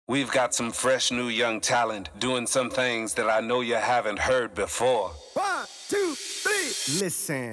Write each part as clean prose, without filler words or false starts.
We've got some fresh new young talent doing some things that I know you haven't heard before. 1, 2, 3, listen.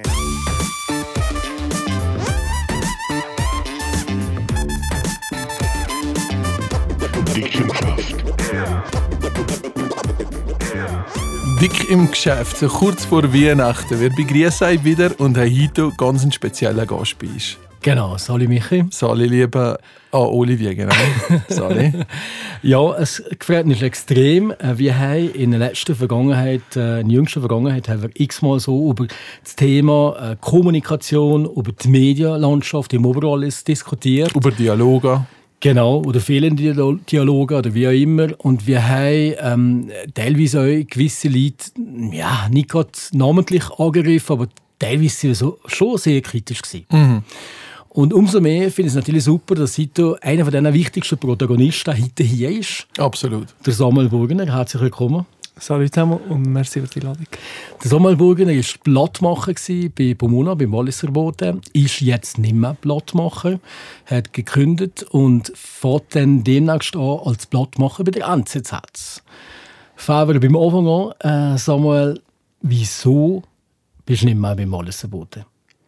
Dick im Geschäft, so kurz vor Weihnachten. Wir begrüßen euch wieder und haben heute ganz einen speziellen Gast bei uns. Genau, Sali Michi. Sali, lieber Olivier, genau. Sali. Ja, es gefällt uns extrem. Wir haben in der letzten Vergangenheit, in der jüngsten Vergangenheit, haben wir x-mal so über das Thema Kommunikation, über die Medienlandschaft im Oberallis diskutiert. Über Dialoge. Genau, oder fehlende Dialoge oder wie auch immer. Und wir haben teilweise auch gewisse Leute ja, nicht gerade namentlich angegriffen, aber teilweise waren sie schon sehr kritisch gewesen. Mhm. Und umso mehr finde ich es natürlich super, dass heute einer der wichtigsten Protagonisten heute hier ist. Absolut. Der Samuel Burgener. Herzlich willkommen. Salut zusammen und merci für die Einladung. Der Samuel Burgener war Blattmacher bei Pomona, beim Walliser Boden. Ist jetzt nicht mehr Blattmacher. Hat gekündigt und fährt dann demnächst an als Blattmacher bei der NZZ. Fangen wir beim Anfang an. Samuel, wieso bist du nicht mehr beim Walliser Boden?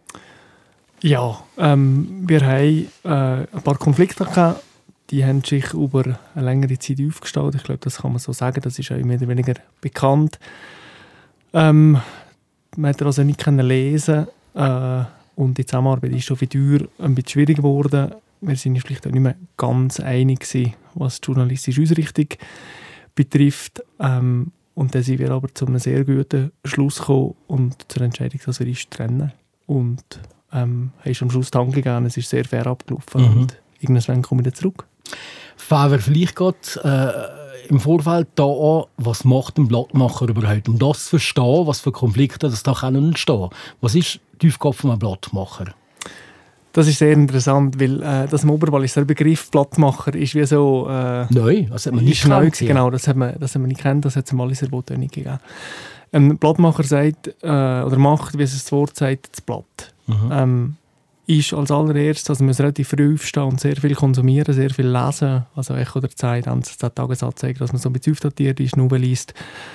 Ja, wir haben ein paar Konflikte gehabt. Die haben sich über eine längere Zeit aufgestaut. Ich glaube, das kann man so sagen. Das ist auch mehr oder weniger bekannt. Man hat also nicht lesen und die Zusammenarbeit ist schon für die Tür ein bisschen schwierig geworden. Wir sind uns vielleicht auch nicht mehr ganz einig gewesen, was die journalistische Ausrichtung betrifft. Und dann sind wir aber zu einem sehr guten Schluss gekommen und zur Entscheidung, dass wir uns trennen. Und haben am Schluss die Hand gegeben. Es ist sehr fair abgelaufen. Mhm. Und irgendwann kommen wir wieder zurück. Fangen wir vielleicht gerade im Vorfeld da an, was macht ein Blattmacher überhaupt? Um das zu verstehen, was für Konflikte das da entstehen. Was ist die Aufgabe von einem Blattmacher? Das ist sehr interessant, weil das im Oberwalliser Begriff Blattmacher ist wie so... neu, das hat man nicht kennt. Genau, das hat man nicht kennt, das hat es im Walliser Boden nicht gegeben. Ein Blattmacher sagt, oder macht, wie es das Wort sagt, das Blatt. Mhm. Ist als allererstes, also man muss relativ früh aufstehen und sehr viel konsumieren, sehr viel lesen, also Echo der Zeit, NZZ Tagesanzeiger, dass man so ein bisschen aufdatiert ist, Nouvelle liest.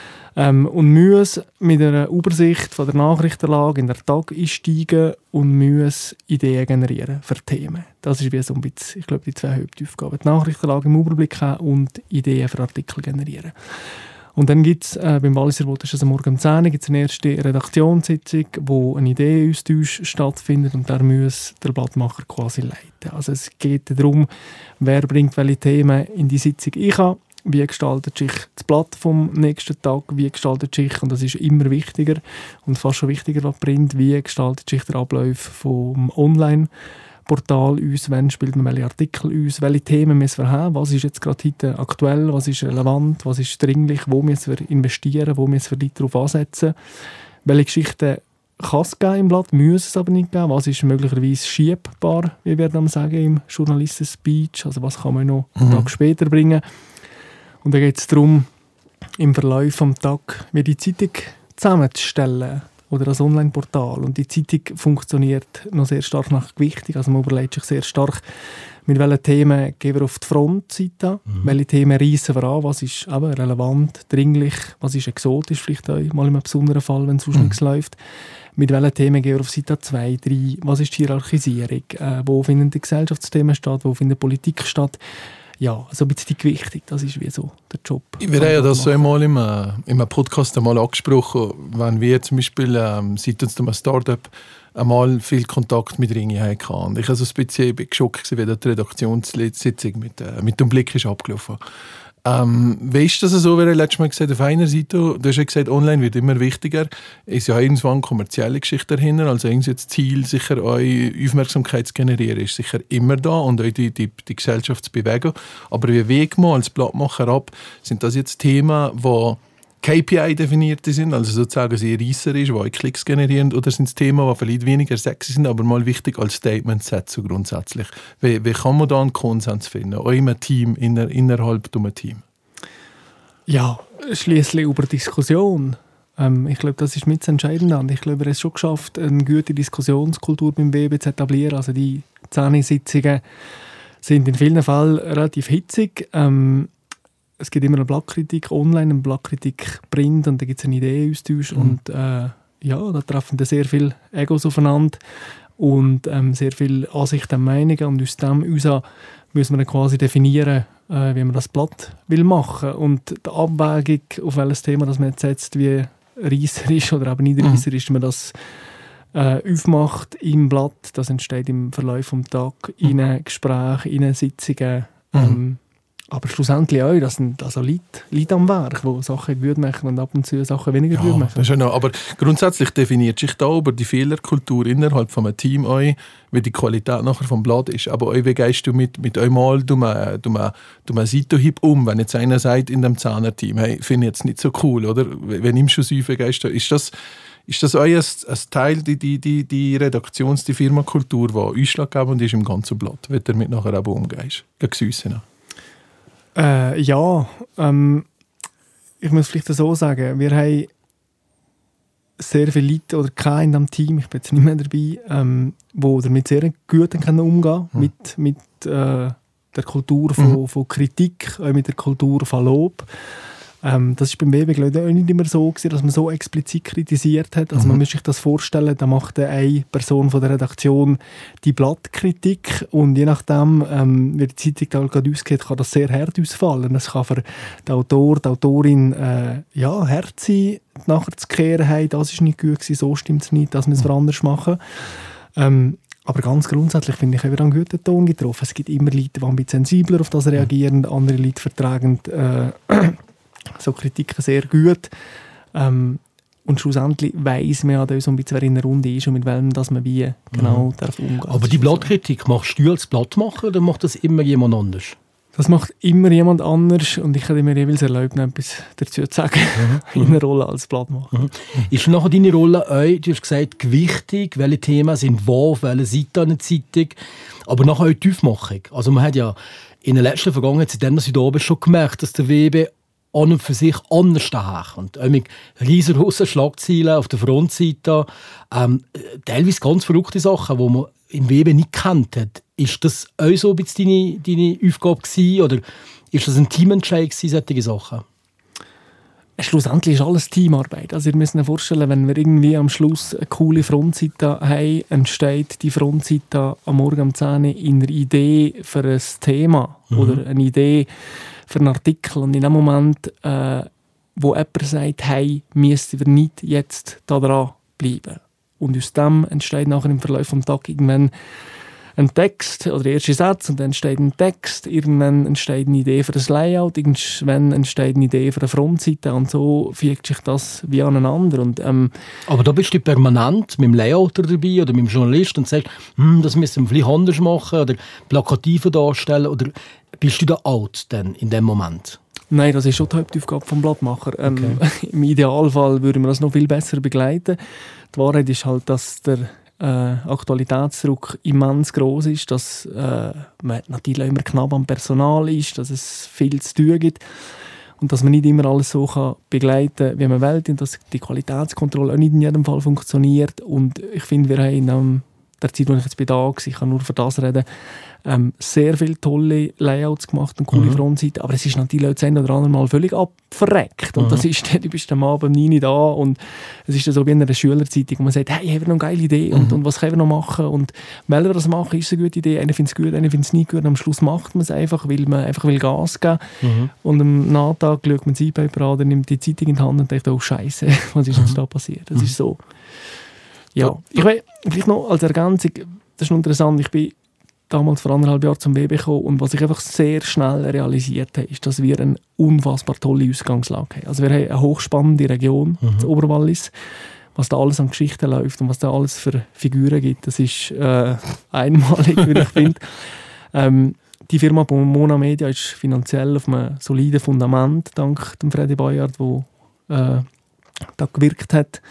Und muss mit einer Übersicht von der Nachrichtenlage in den Tag einsteigen und muss Ideen generieren für Themen. Das ist wie so ein bisschen, ich glaube, die zwei Hauptaufgaben. Die Nachrichtenlage im Überblick haben und Ideen für Artikel generieren. Und dann gibt es beim Walliser Boden, das ist morgen um 10 Uhr, gibt es eine erste Redaktionssitzung, wo ein Ideenaustausch stattfindet und da muss der Blattmacher quasi leiten. Also es geht darum, wer bringt welche Themen in die Sitzung ein, wie gestaltet sich das Blatt vom nächsten Tag, wie gestaltet sich, und das ist immer wichtiger und fast schon wichtiger als Print, wie gestaltet sich der Ablauf vom Online-Portal uns, wann spielt man welche Artikel uns, welche Themen müssen wir haben, was ist jetzt gerade heute aktuell, was ist relevant, was ist dringlich, wo müssen wir investieren, wo müssen wir Leute darauf ansetzen, welche Geschichten kann es geben im Blatt, muss es aber nicht geben, was ist möglicherweise schiebbar, wie wir dann sagen im Journalisten-Speech, also was kann man noch einen Tag später bringen. Und dann geht es darum, im Verlauf des Tages wie die Zeitung zusammenzustellen oder das Online-Portal. Und die Zeitung funktioniert noch sehr stark nach Gewichtung. Also man überlegt sich sehr stark, mit welchen Themen gehen wir auf die Frontseite, welche Themen reissen wir an, was ist eben relevant, dringlich, was ist exotisch, vielleicht auch mal in einem besonderen Fall, wenn es sonst nichts läuft. Mit welchen Themen gehen wir auf Seite 2, 3, was ist die Hierarchisierung, wo finden die Gesellschaftsthemen statt, wo findet Politik statt. Ja, so ein bisschen die Gewichtung, das ist wie so der Job. Wir haben ja das so einmal in einem Podcast einmal angesprochen, wenn wir zum Beispiel seitens einem Startup einmal viel Kontakt mit Ringe hatten. Und ich war also ein bisschen geschockt, wie die Redaktionssitzung mit dem Blick ist abgelaufen. Wie ist das so, wie du letztes Mal gesagt hast, auf einer Seite, du hast ja gesagt, online wird immer wichtiger, ist ja irgendwann eine kommerzielle Geschichte dahinter, also irgendwie das Ziel, sicher eure Aufmerksamkeit zu generieren, ist sicher immer da und auch die Gesellschaft zu bewegen. Aber wie wägen wir als Blattmacher ab, sind das jetzt Themen, die KPI definiert sind, also sozusagen sehr reisserisch, die Klicks generieren, oder sind es Themen, die vielleicht weniger sexy sind, aber mal wichtig als Statement setzen grundsätzlich? Wie kann man da einen Konsens finden, auch im Team, innerhalb des Teams? Ja, schliesslich über Diskussion. Ich glaube, das ist mit das Entscheidende. Und ich glaube, wir haben es schon geschafft, eine gute Diskussionskultur beim WB zu etablieren. Also die 10 Sitzungen sind in vielen Fällen relativ hitzig. es gibt immer eine Blattkritik online, eine Blattkritik Print und da gibt es einen Ideenaustausch und da treffen dann sehr viele Egos aufeinander und sehr viele Ansichten und Meinungen und aus dem heraus müssen wir dann quasi definieren, wie man das Blatt will machen und die Abwägung, auf welches Thema das man jetzt setzt, wie reisserisch oder eben nicht reisserisch, man das aufmacht im Blatt, das entsteht im Verlauf des Tages, in Gesprächen, in Sitzungen. Aber schlussendlich auch, das sind also Leute am Werk, die Sachen gut machen und ab und zu Sachen weniger gut machen. Das ist noch, aber grundsätzlich definiert sich da über die Fehlerkultur innerhalb von einem Team auch, wie die Qualität nachher vom Blatt ist. Aber auch, wie gehst du mit einmal du Seitenhieb um, wenn jetzt einer sagt in dem Zehner-Team, hey, finde ich jetzt nicht so cool, oder? Wenn ihm schon Säufe gehst, ist das auch ein Teil, die Redaktions-, die Firmenkultur, die ausschlaggebend ist im ganzen Blatt, wie du damit nachher auch umgehst, gegen Süssen? Ich muss vielleicht so sagen, wir haben sehr viele Leute, oder keinen in diesem Team, ich bin jetzt nicht mehr dabei, die damit sehr gut umgehen können, mit der Kultur von Kritik, auch mit der Kultur von Lob. Das ist beim WB, glaube ich, auch nicht immer so gewesen, dass man so explizit kritisiert hat. Also man muss sich das vorstellen, da macht eine Person von der Redaktion die Blattkritik und je nachdem, wie die Zeitung da gerade ausgeht, kann das sehr hart ausfallen. Es kann für den Autor, die Autorin hart sein, nachher zu kehren, hey, das ist nicht gut gewesen, so stimmt es nicht, das müssen wir anders machen. Aber ganz grundsätzlich finde ich, haben wir einen guten Ton getroffen. Es gibt immer Leute, die ein bisschen sensibler auf das reagieren, andere Leute vertragen so Kritiken sehr gut. Und schlussendlich weiss man ja so ein bisschen, wer in der Runde ist und mit welchem dass man wie genau darf umgehen. Aber die Blattkritik, machst du als Blattmacher oder macht das immer jemand anders? Das macht immer jemand anders und ich hätte mir jeweils erlaubt, etwas dazu zu sagen, in einer Rolle als Blattmacher. Ist nachher deine Rolle auch, du hast gesagt, gewichtig, welche Themen sind wo, auf welcher Seite einer Zeitung, aber nachher auch die Aufmachung. Also man hat ja in der letzten Vergangenheit, seitdem wir da oben schon gemerkt, dass der WB an und für sich anders daherkommt. Auch mit riesengroßen Schlagzeilen auf der Frontseite. Teilweise ganz verrückte Sachen, die man im WB nicht kennt hat. Ist das auch so ein bisschen deine Aufgabe gewesen, oder ist das ein Teamentscheid gewesen, solche Sachen? Schlussendlich ist alles Teamarbeit. Also ihr müsst euch vorstellen, wenn wir irgendwie am Schluss eine coole Frontseite haben, entsteht die Frontseite am Morgen um 10 Uhr in einer Idee für ein Thema oder eine Idee für einen Artikel. Und in dem Moment, wo jemand sagt, hey, müssen wir nicht jetzt da dran bleiben. Und aus dem entsteht nachher im Verlauf des Tages irgendwann ein Text oder der erste Satz und dann entsteht ein Text, irgendwann entsteht eine Idee für das Layout, irgendwann entsteht eine Idee für eine Frontseite und so fügt sich das wie aneinander. Und, aber da bist du permanent mit dem Layouter dabei oder mit dem Journalist und sagst, das müssen wir vielleicht anders machen oder plakativer darstellen, oder bist du da alt denn in dem Moment? Nein, das ist schon die Hauptaufgabe des Blattmachers. Okay. Im Idealfall würden wir das noch viel besser begleiten. Die Wahrheit ist halt, dass der Aktualitätsdruck immens groß ist, dass man natürlich immer knapp am Personal ist, dass es viel zu tun gibt und dass man nicht immer alles so kann begleiten kann, wie man will, und dass die Qualitätskontrolle auch nicht in jedem Fall funktioniert. Und ich finde, wir haben in der Zeit, wo ich jetzt da war, ich kann nur für das reden, sehr viele tolle Layouts gemacht und coole Frontseiten, aber es ist natürlich auch das eine oder andere Mal völlig abverreckt. Und das ist, du bist am Abend 9 Uhr da und es ist so wie in einer Schülerzeitung, wo man sagt, hey, haben wir noch eine geile Idee und was können wir noch machen und wenn wir das machen, ist es eine gute Idee, einer findet es gut, einer findet es nicht gut und am Schluss macht man es einfach, weil man einfach will Gas geben und am Nachtag schaut man das E-Paper an, dann nimmt die Zeitung in die Hand und denkt, oh Scheiße, was ist jetzt da passiert? Das ist so. Ja, ich weiß, vielleicht noch als Ergänzung, das ist noch interessant, ich bin damals vor 1,5 Jahren zum WB gekommen und was ich einfach sehr schnell realisiert habe, ist, dass wir eine unfassbar tolle Ausgangslage haben. Also wir haben eine hochspannende Region, das Oberwallis, was da alles an Geschichten läuft und was da alles für Figuren gibt, das ist einmalig, wie ich finde. Die Firma Pomona Media ist finanziell auf einem soliden Fundament, dank dem Freddy Bayard, der da gewirkt hat.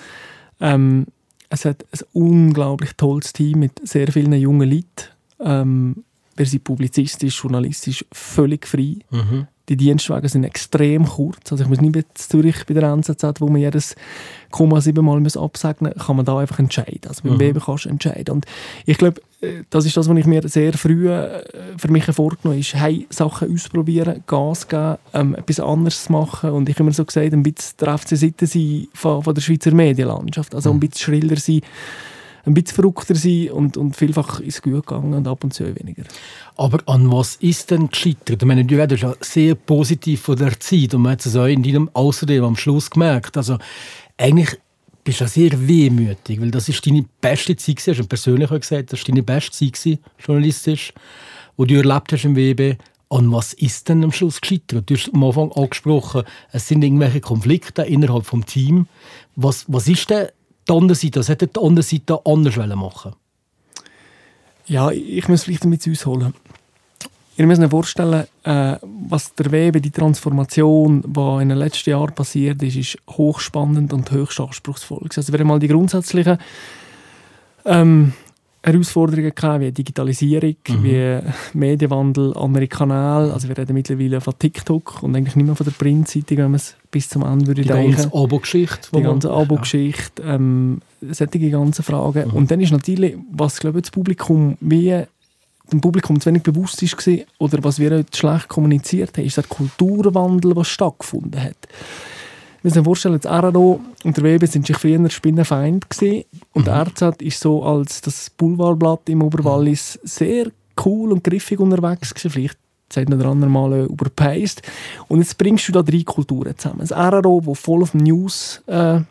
Es hat ein unglaublich tolles Team mit sehr vielen jungen Leuten. Wir sind publizistisch, journalistisch völlig frei. Die Dienstwege sind extrem kurz. Also ich muss nicht wie in Zürich bei der NZZ, wo man jedes 0,7 Mal absegnen muss, kann man da einfach entscheiden. Also beim WB kannst du entscheiden. Und ich glaube, das ist das, was ich mir sehr früh für mich vorgenommen habe, hey, Sachen ausprobieren, Gas geben, etwas anderes machen. Und ich habe immer so gesagt, ein bisschen der FC Sitten sein von der Schweizer Medienlandschaft. Also ein bisschen schriller sein, ein bisschen verrückter sein und vielfach ist es gut gegangen und ab und zu weniger. Aber an was ist denn gescheitert? Ich meine, du redest ja sehr positiv von der Zeit und man hat es auch in deinem Außerdem am Schluss gemerkt. Also eigentlich bist du sehr wehmütig, weil das ist deine beste Zeit gewesen, hast du persönlich auch gesagt, das war deine beste Zeit gewesen, journalistisch, die du erlebt hast im WB. An was ist denn am Schluss gescheitert? Du hast am Anfang angesprochen, es sind irgendwelche Konflikte innerhalb des Teams. Was ist denn die andere Seite? Was hätte die andere Seite anders machen? Ja, ich muss vielleicht damit ausholen. Ihr müsst euch vorstellen, was der WB, die Transformation, die in den letzten Jahren passiert ist, ist hochspannend und höchst anspruchsvoll. Also wir haben mal die grundsätzlichen Herausforderungen gehabt, wie Digitalisierung, wie Medienwandel, andere Kanäle. Also wir reden mittlerweile von TikTok und eigentlich nicht mehr von der Printseite, wenn man es bis zum Ende würde denken. Die ganze Abo-Geschichte. Die ganze Abo-Geschichte, solche ganzen Fragen. Und dann ist natürlich, was glaube ich das Publikum dem Publikum zu wenig bewusst war oder was wir heute schlecht kommuniziert haben, ist der Kulturwandel, der stattgefunden hat. Wir müssen uns vorstellen, das RRO und der WB sind sich früher Spinnenfeind gewesen. Und der RZ ist so als das Boulevardblatt im Oberwallis sehr cool und griffig unterwegs gewesen. Vielleicht das eine oder andere Mal überpaced. Und jetzt bringst du da 3 Kulturen zusammen. Das RRO, das voll auf dem News-Trip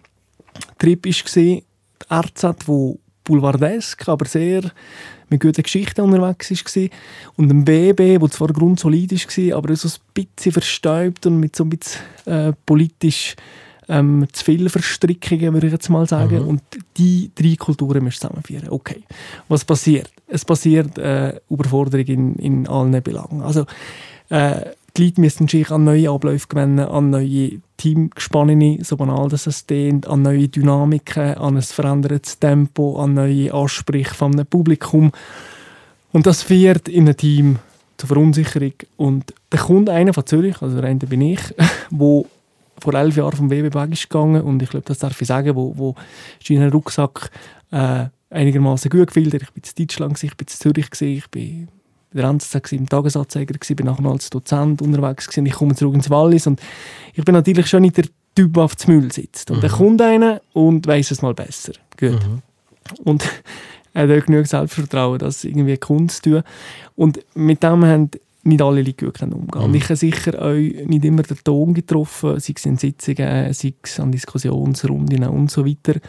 war, der RZ, wo boulevardesk, aber sehr mit guten Geschichten unterwegs war. Und ein BB, der zwar grundsolid war, aber so ein bisschen verstäubt und mit so ein bisschen politisch zu viel Verstrickungen, würde ich jetzt mal sagen. Und die 3 Kulturen müssen zusammenführen. Okay, was passiert? Es passiert Überforderung in allen Belangen. Also, die Leute müssen sich an neue Abläufe gewöhnen, an neue Teamgespanne, so banal das es klingt, an neue Dynamiken, an ein verändertes Tempo, an neue Ansprüche von einem Publikum. Und das führt in einem Team zur Verunsicherung. Und dann kommt einer von Zürich, also der eine bin ich, der vor 11 Jahren vom WB weg ist gegangen und ich glaube, das darf ich sagen, wo seinen Rucksack einigermaßen gut gefühlt hat. Ich bin in Deutschland, ich bin in Zürich, ich bin bei der NZZ im Tagesanzeiger, bin nachher noch als Dozent unterwegs gewesen. Ich komme zurück ins Wallis und ich bin natürlich schon nicht der Typ, der auf dem Müll sitzt. Und dann kommt einer und weiss es mal besser. Gut. Und er hat auch genug Selbstvertrauen, das irgendwie Kunst zu tun. Und mit dem haben nicht alle Leute gut umgehen. Und ich habe sicher auch nicht immer den Ton getroffen, sei es in Sitzungen, sei es an Diskussionsrunden und so weiter.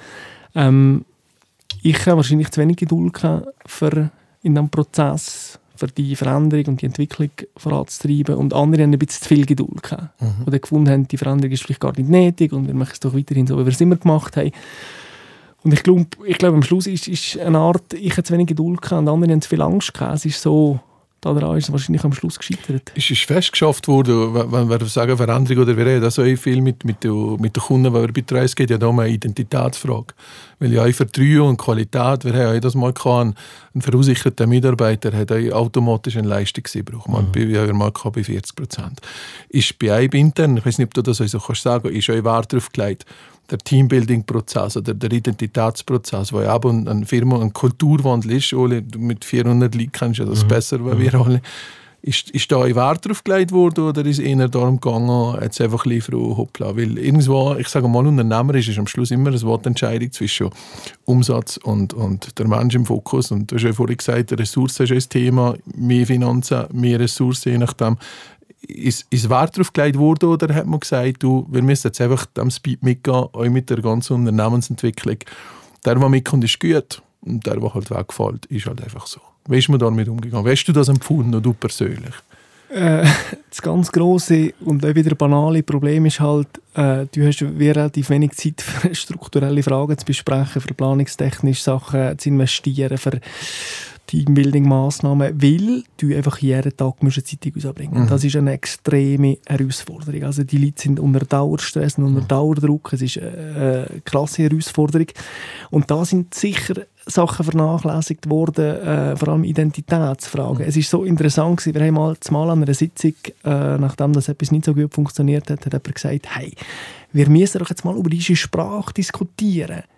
Ich habe wahrscheinlich zu wenig Geduld für in diesem Prozess, für die Veränderung und die Entwicklung voranzutreiben. Und andere haben ein bisschen zu viel Geduld gehabt. Oder gefunden haben, die Veränderung ist vielleicht gar nicht nötig und wir machen es doch weiterhin so, wie wir es immer gemacht haben. Und ich glaube am Schluss ist eine Art, ich habe zu wenig Geduld gehabt und andere haben zu viel Angst gehabt. Es ist so, daran ist es wahrscheinlich am Schluss gescheitert. Ist fest geschafft worden, wenn wir sagen Veränderung oder wir reden also viel mit den Kunden, weil wir betreuen, es geht ja da um eine Identitätsfrage. Weil ja Vertrauen und Qualität, wir haben ja das mal gehabt, ein verunsicherter Mitarbeiter hat automatisch eine Leistungseinbruch. Man bei 40%. Ist bei einem intern, ich weiß nicht, ob du das so kannst sagen, ist euch Wert darauf gelegt, der Teambuilding-Prozess oder der Identitätsprozess, wo ja auch eine Firma ein Kulturwandel ist, Oli, mit 400 Leuten kennst du das besser, als wir alle. Ist da ein Wert drauf gelegt worden oder ist es eher darum gegangen, jetzt einfach ein bisschen hoppla? Weil irgendwo, ich sage mal, unternehmerisch ist am Schluss immer eine Wortentscheidung zwischen Umsatz und der Mensch im Fokus. Und du hast ja vorhin gesagt, Ressourcen ist ein Thema, mehr Finanzen, mehr Ressourcen, je nachdem. Ist Wert darauf gelegt worden oder hat man gesagt, wir müssen jetzt einfach am Speed mitgehen, auch mit der ganzen Unternehmensentwicklung. Der mitkommt, ist gut und der halt wegfällt, ist halt einfach so. Wie ist man damit umgegangen? Wie hast du das empfunden, du persönlich? Das ganz grosse und auch wieder banale Problem ist halt, du hast relativ wenig Zeit für strukturelle Fragen zu besprechen, für planungstechnische Sachen zu investieren, für Teambuilding-Massnahmen, weil du einfach jeden Tag eine Zeitung rausbringen. Das ist eine extreme Herausforderung. Also die Leute sind unter Dauerstress und unter Dauerdruck. Es ist eine klasse Herausforderung. Und da sind sicher Sachen vernachlässigt worden, vor allem Identitätsfragen. Es ist so interessant gewesen, wir haben mal an einer Sitzung, nachdem das etwas nicht so gut funktioniert hat, hat jemand gesagt, hey, wir müssen doch jetzt mal über diese Sprache diskutieren.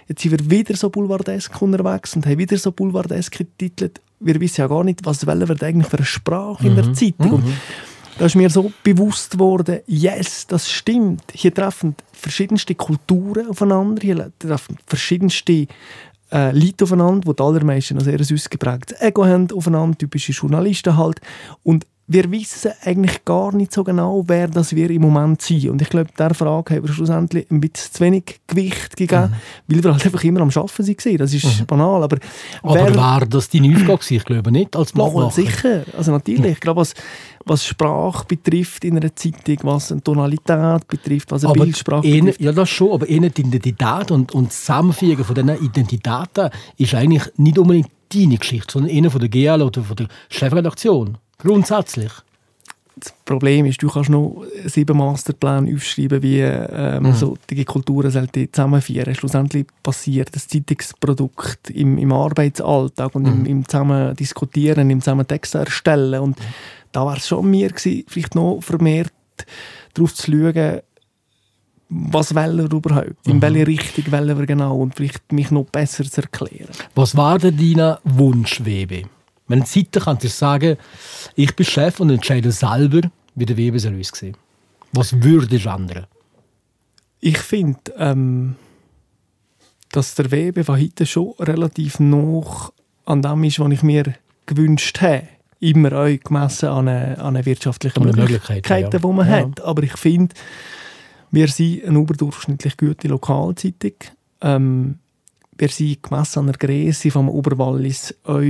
Jetzt sind wir wieder so boulevardesk unterwegs und haben wieder so boulevardesk getitelt. Wir wissen ja gar nicht, was wollen wir eigentlich für eine Sprache in der Zeitung. Und da ist mir so bewusst worden, yes, das stimmt. Hier treffen verschiedenste Kulturen aufeinander, hier treffen verschiedenste Leute aufeinander, die die allermeisten noch sehr ausgeprägtes Ego haben, aufeinander, typische Journalisten halt. Und wir wissen eigentlich gar nicht so genau, wer das wir im Moment sind. Und ich glaube, dieser Frage haben wir schlussendlich ein bisschen zu wenig Gewicht gegeben, weil wir halt einfach immer am Arbeiten waren. Das ist banal. Aber war das deine Aufgabe? Ich glaube nicht, als Blattmacher. Sicher. Also natürlich. Ich glaube, was Sprache betrifft in einer Zeitung, was eine Tonalität betrifft, was eine Bildsprache betrifft. Ja, das schon. Aber die Identität und das Zusammenfügen von diesen Identitäten ist eigentlich nicht unbedingt deine Geschichte, sondern eine von der GL oder von der Chefredaktion. Grundsätzlich. Das Problem ist, du kannst noch 7 Masterpläne aufschreiben, wie solche Kulturen zusammenführen. Schlussendlich passiert das Zeitungsprodukt im Arbeitsalltag und im zusammen Diskutieren, im zusammen Texte erstellen. Und da war es schon an mir gewesen, vielleicht noch vermehrt darauf zu schauen, was wollen wir überhaupt, in welche Richtung wollen wir genau und vielleicht mich noch besser zu erklären. Was war denn dein Wunsch, WB? Wenn eine Zeitung kann ich sagen, ich bin Chef und entscheide selber, wie der WB soll aussehen. Was würdest du ändern? Ich finde, dass der WB von heute schon relativ nah an dem ist, was ich mir gewünscht habe. Immer auch gemessen an eine wirtschaftlichen Möglichkeiten, die man hat. Aber ich finde, wir sind eine überdurchschnittlich gute Lokalzeitung. Wir sind gemessen an der Größe vom Oberwallis auch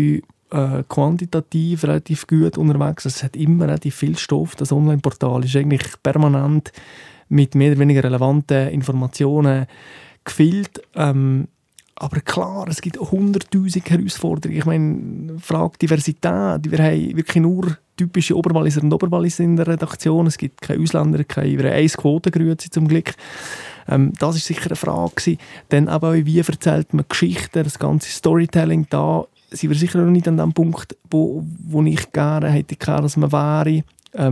quantitativ relativ gut unterwegs. Es hat immer relativ viel Stoff. Das Online-Portal ist eigentlich permanent mit mehr oder weniger relevanten Informationen gefüllt. Aber klar, es gibt 100'000 Herausforderungen. Ich meine, Frage Diversität. Wir haben wirklich nur typische Oberwalliser und Oberwalliser in der Redaktion. Es gibt keine Ausländer, wir haben 1 Quotengrüße zum Glück. Das war sicher eine Frage. Dann aber auch, wie erzählt man Geschichten, das ganze Storytelling. Da sind wir sicher noch nicht an dem Punkt, wo ich gerne hätte, dass man wäre.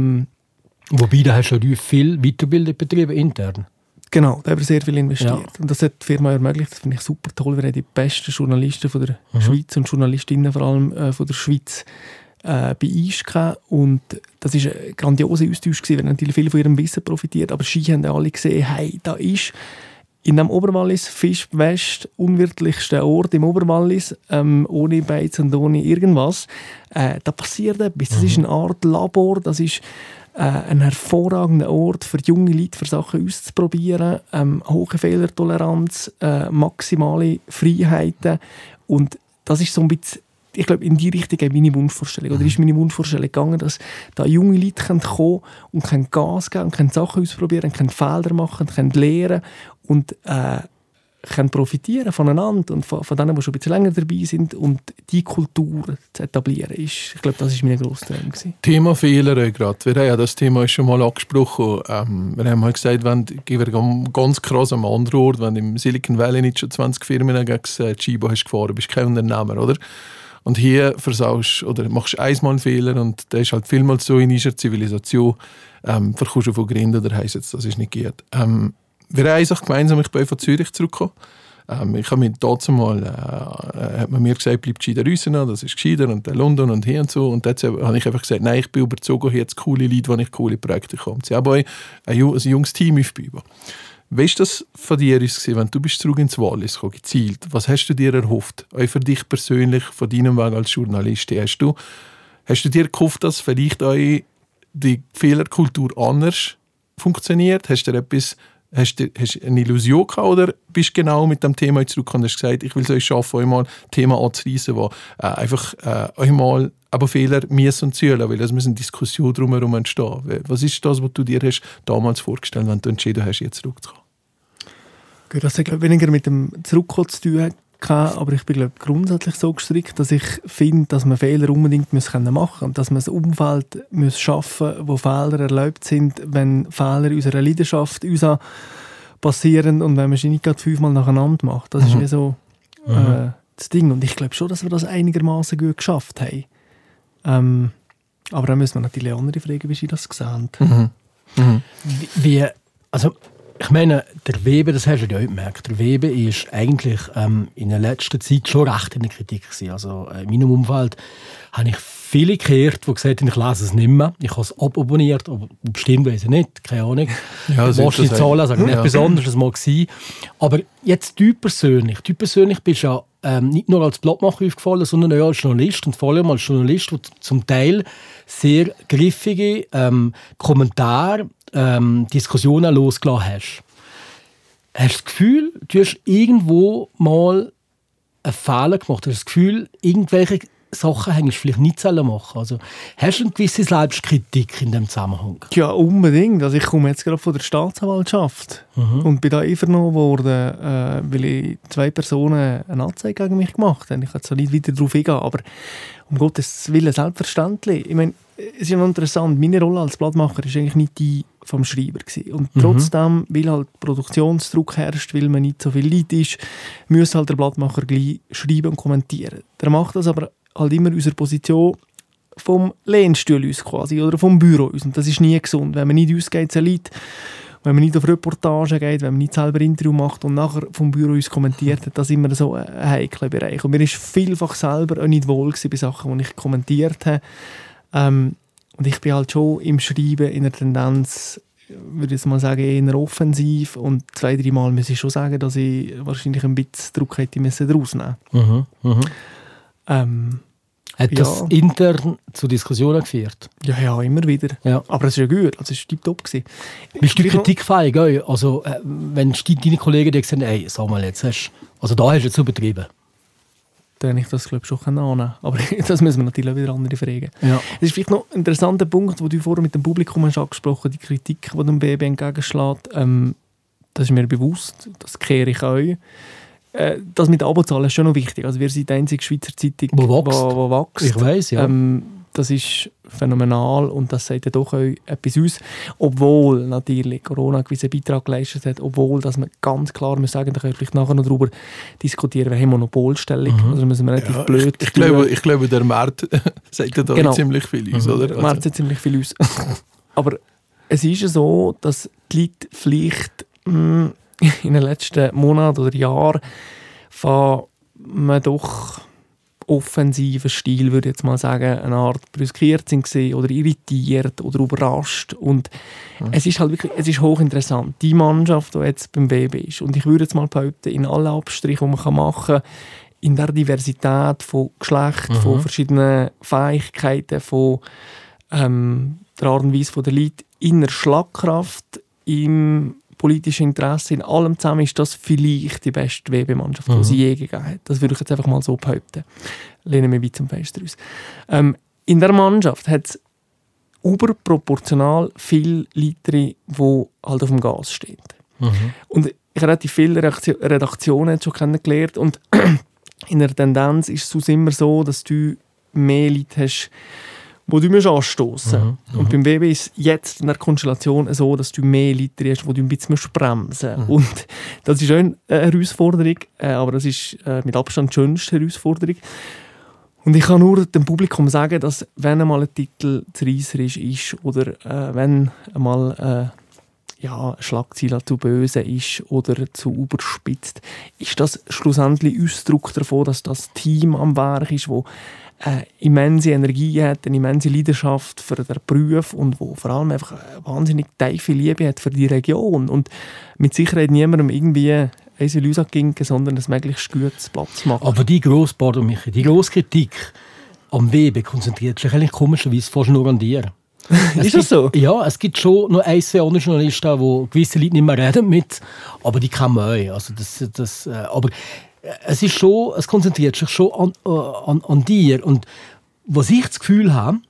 Wobei, da hast du viel Weiterbildung betrieben, intern. Genau, da haben wir sehr viel investiert. Ja. Und das hat die Firma ermöglicht. Das finde ich super toll. Wir haben die besten Journalisten von der Schweiz und Journalistinnen vor allem von der Schweiz bei uns gehabt. Und das war ein grandioser Austausch. Wir haben natürlich viel von ihrem Wissen profitiert, aber sie haben alle gesehen, hey, da ist in dem Oberwallis, Fisch-West, unwirtlichsten Ort im Oberwallis, ohne Beiz und ohne irgendwas. Da passiert etwas. Das ist eine Art Labor, das ist ein hervorragender Ort für junge Leute, für Sachen auszuprobieren, hohe Fehlertoleranz, maximale Freiheiten. Und das ist so ein bisschen, ich glaube, in die Richtung meine Wunschvorstellung. Oder ist meine Wunschvorstellung gegangen, dass da junge Leute kommen können und können Gas geben, können Sachen ausprobieren, können Fehler machen, können lernen und können profitieren voneinander und von denen, die schon ein bisschen länger dabei sind und die Kultur zu etablieren. Ich glaube, das war mein grosser Traum. Thema Fehler gerade. Wir haben ja das Thema schon mal angesprochen. Wir haben mal gesagt, wenn wir ganz krass am anderen Ort, wenn du im Silicon Valley nicht schon 20 Firmen gegen Chibo hast gefahren, bist du kein Unternehmer, oder? Und hier versaust oder machst einmal einen Fehler und der ist halt vielmals so in unserer Zivilisation, verkaufst du von Gründen oder heisst jetzt, das ist nicht gut. Wir haben eigentlich gemeinsam, ich bin von Zürich zurückgekommen. Ich habe mir dazu mal, hat man mir gesagt, bleib gescheiter raus, das ist gescheiter und London und hier und so. Und jetzt habe ich einfach gesagt, nein, ich bin überzogen, hier jetzt coole Leute, die ich coole Projekte komme. Sie haben auch ein junges Team aufgebaut. Wie war das von dir, wenn du bist zurück ins Wallis gekommen, gezielt? Was hast du dir erhofft? Auch für dich persönlich, von deinem Weg als Journalist? Hast du dir gehofft, dass vielleicht auch die Fehlerkultur anders funktioniert? Hast du eine Illusion gehabt oder bist du genau mit dem Thema zurückgekommen und hast gesagt, ich will es euch schaffen, einmal ein Thema anzureissen, wo einfach einmal aber Fehler müssen und zählen, weil es müssen Diskussionen drumherum entstehen. Was ist das, was du dir hast damals vorgestellt hast, wenn du entschieden hast, jetzt zurückzukommen? Gut, das hat glaube ich weniger mit dem Zurückkommen zu tun gehabt, aber ich bin glaube grundsätzlich so gestrickt, dass ich finde, dass man Fehler unbedingt machen muss und dass man ein Umfeld schaffen muss, wo Fehler erlaubt sind, wenn Fehler unserer Leidenschaft uns passieren und wenn man sie nicht gerade 5-mal nacheinander macht. Das ist wie so das Ding. Und ich glaube schon, dass wir das einigermaßen gut geschafft haben. Aber dann müssen wir natürlich andere fragen, wie sie das gesehen haben. Wie, also Ich meine, der Weber, das hast du ja auch gemerkt, der Weber ist eigentlich in der letzten Zeit schon recht in der Kritik gewesen. Also in meinem Umfeld habe ich viele gehört, die gesagt haben, ich lese es nicht mehr. Ich habe es ababonniert, aber bestimmt weiß ich nicht, keine Ahnung. Ja, du musst die Zahlen sagen, nicht besonders, das mag sein. Aber jetzt du persönlich bist ja nicht nur als Blattmacher aufgefallen, sondern auch als Journalist und vor allem als Journalist, der zum Teil sehr griffige Kommentare, Diskussionen losgelassen hast. Hast du das Gefühl, du hast irgendwo mal einen Fehler gemacht? Hast du das Gefühl, irgendwelche Sachen hättest du vielleicht nicht machen. Also, hast du eine gewisse Selbstkritik in diesem Zusammenhang? Ja, unbedingt. Also ich komme jetzt gerade von der Staatsanwaltschaft und bin da einvernommen worden, weil 2 Personen eine Anzeige gegen mich gemacht haben. Ich kann jetzt nicht weiter darauf eingehen, aber um Gottes Willen selbstverständlich. Ich meine, es ist ja noch interessant, meine Rolle als Blattmacher war eigentlich nicht die vom Schreiber gewesen. Und trotzdem, weil halt Produktionsdruck herrscht, weil man nicht so viel Leid ist, muss halt der Blattmacher gleich schreiben und kommentieren. Der macht das aber halt immer unsere Position vom Lehnstuhl aus quasi oder vom Büro aus. Und das ist nie gesund. Wenn man nicht ausgeht, Leid, wenn man nicht auf Reportagen geht, wenn man nicht selber Interview macht und nachher vom Büro aus kommentiert, das ist immer so ein heikler Bereich. Und mir ist vielfach selber auch nicht wohl gewesen bei Sachen, die ich kommentiert habe. Und ich bin halt schon im Schreiben in der Tendenz, würde ich mal sagen, eher offensiv. Und 2-3 Mal muss ich schon sagen, dass ich wahrscheinlich ein bisschen Druck hätte daraus nehmen müssen. Hat das intern zu Diskussionen geführt? Ja, immer wieder. Ja. Aber es ist ja gut, also es war tiptop. Bist du kritikfähig? Also, wenn deine Kollegen dir sagen, ey, sag mal, jetzt hast du jetzt übertrieben. Dann hätte ich das, glaube ich, schon annehmen. Aber das müssen wir natürlich auch wieder andere fragen. Ja. Es ist vielleicht noch ein interessanter Punkt, den du vorher mit dem Publikum hast angesprochen, die Kritik, die dem BB entgegenschlägt. Das ist mir bewusst, das kehre ich auch. Das mit Abozahlen ist schon noch wichtig. Also wir sind die einzige Schweizer Zeitung, die wächst. Ich weiss, ja. Das ist phänomenal und das sagt ja doch auch etwas aus. Obwohl natürlich Corona einen gewissen Beitrag geleistet hat, obwohl dass man ganz klar muss sagen, da können wir vielleicht nachher noch darüber diskutieren, wir haben Monopolstellung. Also müssen wir relativ blöd ich glaube, der Markt sagt ja da ziemlich viel aus. Oder? Der Markt sagt ziemlich viel aus. Aber es ist ja so, dass die Leute vielleicht in den letzten Monaten oder Jahren von man doch offensiven Stil, würde ich jetzt mal sagen, eine Art brüskiert sind oder irritiert oder überrascht. Und es ist halt wirklich, es ist hochinteressant. Die Mannschaft, die jetzt beim BB ist, und ich würde jetzt mal behaupten, in allen Abstrichen, die man machen kann, in der Diversität von Geschlecht, von verschiedenen Fähigkeiten, von der Art und Weise der Leute, in der Schlagkraft, im politischen Interesse, in allem zusammen ist das vielleicht die beste WB-Mannschaft, die sie je gegeben hat. Das würde ich jetzt einfach mal so behaupten. Lehnen wir weit zum Fenster aus. In der Mannschaft hat es überproportional viele Leute, die halt auf dem Gas stehen. Und ich habe relativ viele Redaktionen schon kennengelernt und in der Tendenz ist es immer so, dass du mehr Leute hast, wo du anstoßen musst. Und beim BB ist jetzt in der Konstellation so, dass du mehr Leute hast, wo du ein bisschen bremsen musst. Und das ist auch eine Herausforderung, aber das ist mit Abstand die schönste Herausforderung. Und ich kann nur dem Publikum sagen, dass wenn einmal ein Titel zu reisserisch ist oder wenn einmal eine Schlagzeile zu böse ist oder zu überspitzt, ist das schlussendlich Ausdruck davon, dass das Team am Werk ist, wo immense Energie hat, eine immense Leidenschaft für den Beruf und wo vor allem einfach eine wahnsinnig tiefe Liebe hat für die Region und mit Sicherheit niemandem irgendwie unsere Leute ging, sondern ein möglichst gutes Platz machen. Aber die grosse Kritik am WB konzentriert sich eigentlich komischerweise fast nur an dir. Ist das so? Ja, es gibt schon noch ein, zwei andere Journalisten, die gewisse Leute nicht mehr reden mit, aber die kennen wir auch. Also aber es ist schon, es konzentriert sich schon an dir. Und was ich das Gefühl habe,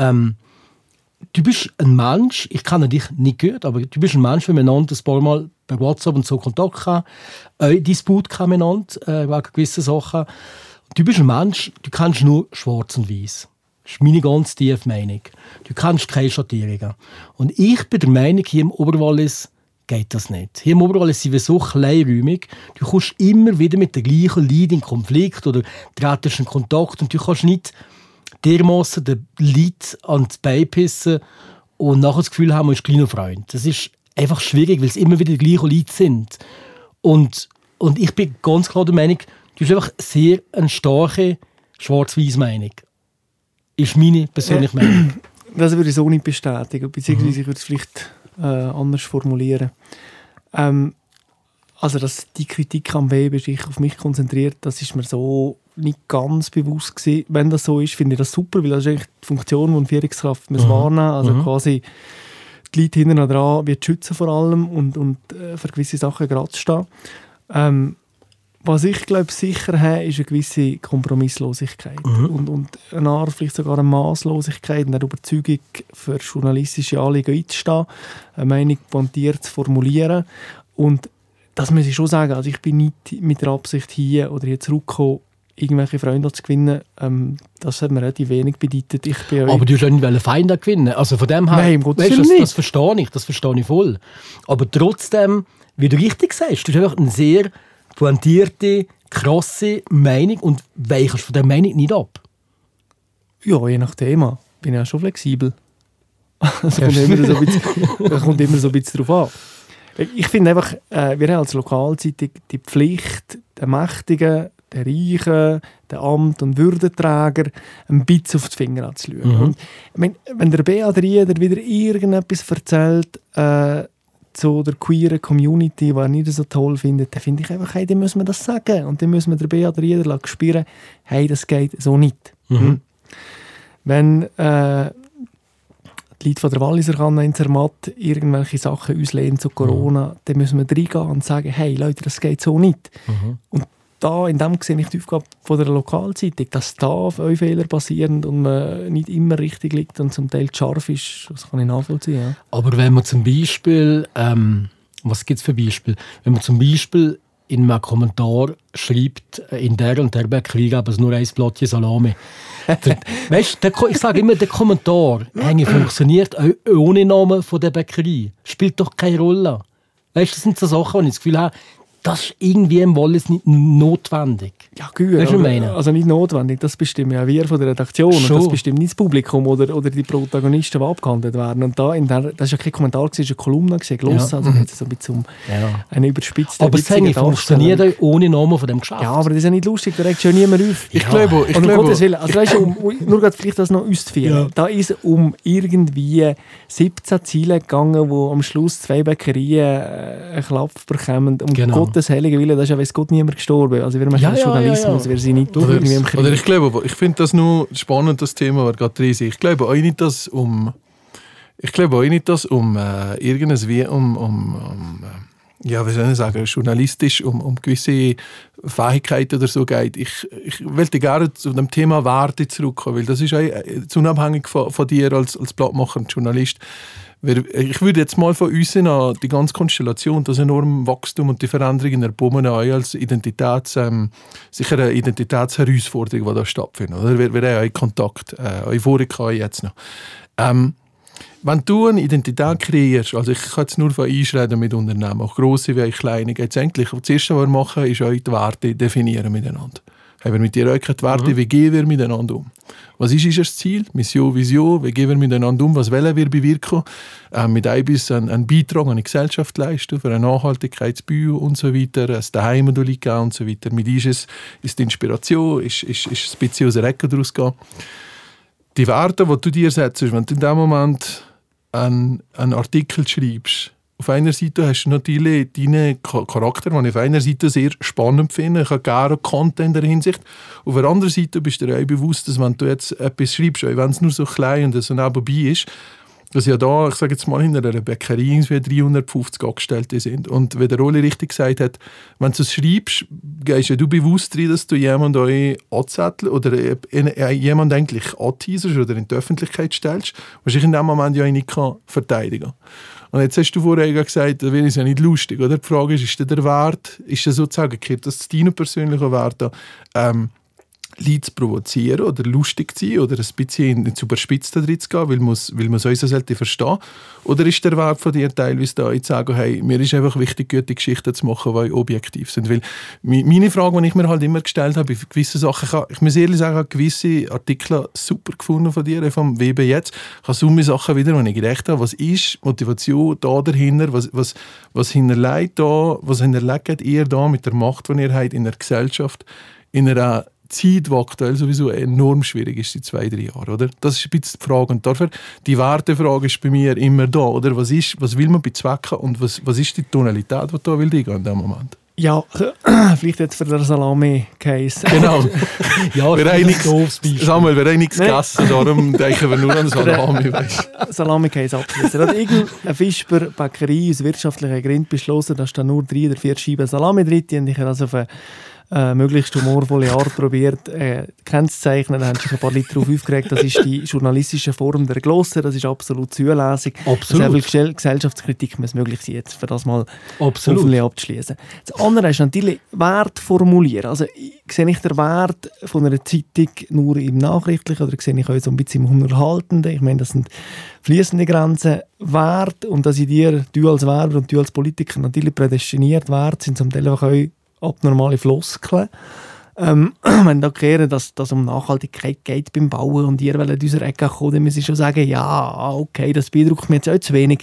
du bist ein Mensch, ich kenne dich nicht gut, aber du bist ein Mensch, wenn wir ein paar Mal per WhatsApp und so Kontakt haben, Disput miteinander wegen gewissen Sachen. Du bist ein Mensch, du kennst nur schwarz und weiß. Das ist meine ganz tiefe Meinung. Du kennst keine Schattierungen. Und ich bin der Meinung, hier im Oberwallis geht das nicht. Hier im Oberwallis sind wir so kleinräumig. Du kommst immer wieder mit den gleichen Leuten in Konflikt oder trittst in Kontakt und du kannst nicht dermassen den Leuten ans Bein pissen und nachher das Gefühl haben, man ist ein kleiner Freund. Das ist einfach schwierig, weil es immer wieder die gleichen Leute sind. Und ich bin ganz klar der Meinung, du hast einfach sehr eine starke Schwarz-Weiß-Meinung. Ist meine persönliche Meinung. Das würde ich so nicht bestätigen, beziehungsweise ich würde es vielleicht anders formulieren. Also, dass die Kritik am Weber sich auf mich konzentriert, das ist mir so nicht ganz bewusst gewesen. Wenn das so ist, finde ich das super, weil das ist eigentlich die Funktion, die eine Führungskraft wahrnehmen muss. Also quasi die Leute hinten dran wird schützen vor allem und für gewisse Sachen gerade zu stehen. Was ich glaube sicher habe, ist eine gewisse Kompromisslosigkeit und eine Art, vielleicht sogar eine Maßlosigkeit und eine Überzeugung, für journalistische Anliegen einzustehen, eine Meinung pointiert zu formulieren. Und das muss ich schon sagen, also ich bin nicht mit der Absicht hier oder hier zurückgekommen, irgendwelche Freunde zu gewinnen. Das hat mir relativ wenig bedeutet. Aber du hast ja nicht Feinde gewinnen. Also von dem her, nein, das verstehe ich voll. Aber trotzdem, wie du richtig sagst, du hast einfach eine sehr pointierte, krasse Meinung und weichst von der Meinung nicht ab. Ja, je nach Thema. Bin ich ja schon flexibel. Es kommt immer so ein bisschen drauf an. Ich finde einfach, wir haben als Lokalzeitung die Pflicht, den Mächtigen, den Reichen, den Amt- und Würdenträger ein bisschen auf die Finger anzuschauen. Und wenn der Beat Rieder wieder irgendetwas erzählt zu der queeren Community, die er nicht so toll findet, dann finde ich einfach, hey, dann müssen wir das sagen. Und dann müssen wir der Beat Rieder spüren, hey, das geht so nicht. Wenn die Leute von der Walliser Kanne in Zermatt irgendwelche Sachen auslehnen zu Corona, dann müssen wir reingehen und sagen, hey Leute, das geht so nicht. Und da, in dem sehe ich die Aufgabe von der Lokalzeitung, dass da auf euch Fehler passieren und man nicht immer richtig liegt und zum Teil scharf ist, das kann ich nachvollziehen. Ja. Aber wenn man zum Beispiel, was gibt es für Beispiele? Wenn man zum Beispiel in einem Kommentar schreibt, in der und der Bäckerei gab es nur ein Blattchen Salami. Weißt, ich sage immer, der Kommentar funktioniert auch ohne Namen von der Bäckerei. Spielt doch keine Rolle. Weißt, das sind so Sachen, wo ich das Gefühl habe, das ist irgendwie im Wallis nicht notwendig. Ja, gut. Also nicht notwendig, das bestimmen ja wir von der Redaktion. Und das bestimmt nicht das Publikum oder die Protagonisten, die abgehandelt werden. Und da das war ja kein Kommentar, das war eine Kolumne, gelesen. Also jetzt so ein bisschen eine überspitzte. Aber es funktioniert auch ohne Namen von dem Geschäft. Ja, aber das ist ja nicht lustig, da regt schon niemand auf. Ich glaube... Also weißt du, nur gerade vielleicht das noch auszuführen. Da ist um irgendwie 17 Ziele gegangen, wo am Schluss 2 Bäckerien einen Klapp bekommen. Gottes heiligen Wille, das ist ja, weiss Gott, niemand gestorben. Also wir machen Journalismus, wir sind nicht irgendwie im Krieg. Oder ich finde das noch spannend, das Thema, was gerade riesig. Ich glaube auch nicht, dass wie soll ich sagen, journalistisch um gewisse Fähigkeiten oder so geht. Ich wollte gerne zu dem Thema Werte zurückkommen, weil das ist unabhängig von dir als Blattmacher und Journalist. Ich würde jetzt mal von uns an die ganze Konstellation, das enorme Wachstum und die Veränderung in der Bomben als sicher eine Identitätsherausforderung, die da stattfindet. Oder? Wir haben auch Kontakt, Euphoric jetzt noch. Wenn du eine Identität kreierst, also ich kann jetzt nur von einschreden mit Unternehmen, auch grosse wie auch kleine, geht es eigentlich, das Erste, was wir machen, ist euch die Werte definieren miteinander. Haben wir mit dir auch keine Werte, wie gehen wir miteinander um? Was ist unser Ziel? Mission, Vision, wie gehen wir miteinander um? Was wollen wir bewirken? Mit etwas einen Beitrag an die Gesellschaft leisten, für eine Nachhaltigkeitsbüro und so weiter, ein Daheim liegen und so weiter. Mit ist die Inspiration, ist ein bisschen aus der Ecke daraus gehen. Die Werte, die du dir setzt, wenn du in dem Moment einen Artikel schreibst, auf einer Seite hast du natürlich deinen Charakter, den ich auf einer Seite sehr spannend finde. Ich habe gerne Content in der Hinsicht. Auf der anderen Seite bist du dir auch bewusst, dass wenn du jetzt etwas schreibst, auch wenn es nur so klein und so nebenbei ist, dass ja da, ich sage jetzt mal, hinter einer Bäckerei irgendwie 350 Angestellte sind. Und wie der Oli richtig gesagt hat, wenn du es schreibst, gehst ja du bewusst rein, dass du jemanden euch anzettelst oder jemanden eigentlich anteaserst oder in die Öffentlichkeit stellst, was ich in dem Moment ja nicht verteidigen kann. Und jetzt hast du vorher gesagt, das wäre ja nicht lustig, oder? Die Frage ist der Wert, ist das sozusagen, gehört das zu deinen persönlichen Werten, Leute zu provozieren oder lustig zu sein oder ein bisschen zu überspitzt da drin zu gehen, weil man es so sollte verstehen. Oder ist der Wert von dir teilweise da, zu sagen, hey, mir ist einfach wichtig, gute Geschichten zu machen, die objektiv sind. Weil meine Frage, die ich mir halt immer gestellt habe, bei gewissen Sachen, ich muss ehrlich sagen, ich habe gewisse Artikel super gefunden von dir, vom WB jetzt. Ich habe so viele Sachen wieder, wo ich gedacht habe, was ist Motivation da dahinter, was hinterlegt ihr da mit der Macht, die ihr habt in der Gesellschaft, in einer Zeit, die aktuell sowieso enorm schwierig ist, seit 2-3 Jahren, oder? Das ist ein bisschen die Frage. Und dafür, die Wertefrage ist bei mir immer da, oder? Was will man bezwecken und was ist die Tonalität, die da will eingehen in diesem Moment? Ja, vielleicht jetzt für den Salami-Case. Genau. Ja, wir haben nichts gegessen, darum denken wir nur an Salami. Salami-Case abschließen. Hat irgendeine Fischber-Bäckerei aus wirtschaftlichen Gründen beschlossen, dass da nur 3 oder 4 Scheiben Salami drin sind. Und ich habe das auf eine möglichst humorvolle Art probiert kennzeichnen. Da haben sich ein paar Leute darauf aufgeregt. Das ist die journalistische Form der Glosse. Das ist absolut zulässig. Absolut. Sehr viel Gesellschaftskritik muss möglich sein, jetzt, für das mal absolut abzuschließen. Das andere ist natürlich Wert formulieren. Also sehe ich den Wert von einer Zeitung nur im Nachrichtlichen oder sehe ich auch so ein bisschen im Unterhaltenden? Ich meine, das sind fließende Grenzen. Wert, und dass ich du als Werber und du als Politiker natürlich prädestiniert Wert sind zum Teil auch abnormale Floskeln. Wenn da kehren, dass es um Nachhaltigkeit geht beim Bauen und ihr wollt in unserer Ecke kommen, dann muss ich schon sagen, ja, okay, das beeindruckt mich jetzt auch zu wenig.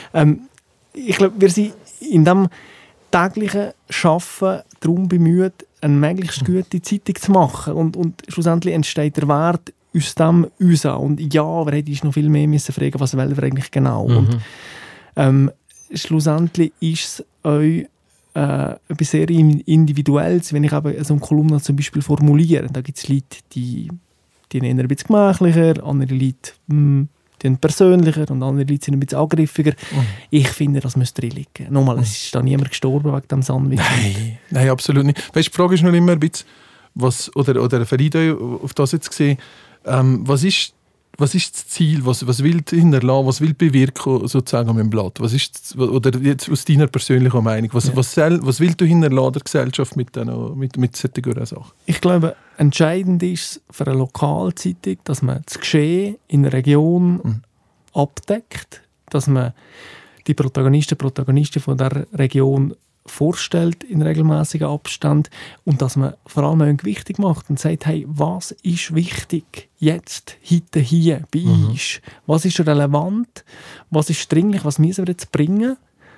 Ich glaube, wir sind in diesem täglichen Arbeiten darum bemüht, eine möglichst gute Zeitung zu machen. Und schlussendlich entsteht der Wert aus dem raus. Und ja, wir hätten noch viel mehr müssen fragen, was wollen wir eigentlich genau. Und schlussendlich ist es auch etwas sehr Individuelles, wenn ich eben so eine Kolumne zum Beispiel formuliere. Da gibt es Leute, die nehmen ein bisschen gemächlicher, andere Leute die persönlicher und andere Leute sind ein bisschen angriffiger. Ich finde, das müsste drin liegen. Nochmal, es ist da niemand gestorben wegen dem Sandwich. Nein, absolut nicht. Weißt, die Frage ist noch immer ein bisschen, oder für dich auf das jetzt gesehen, was ist das Ziel, was will du hinterlassen, was will bewirken sozusagen mit dem Blatt? Was ist, oder jetzt aus deiner persönlichen Meinung, was will du hinterlassen der Gesellschaft mit solchen Sachen? Ich glaube, entscheidend ist für eine Lokalzeitung, dass man das Geschehen in der Region abdeckt, dass man die Protagonisten von der Region vorstellt in regelmäßigen Abstand und dass man vor allem auch wichtig macht und sagt, hey, was ist wichtig jetzt, heute, hier, bei uns? Was ist relevant? Was ist dringlich? Was müssen wir jetzt bringen?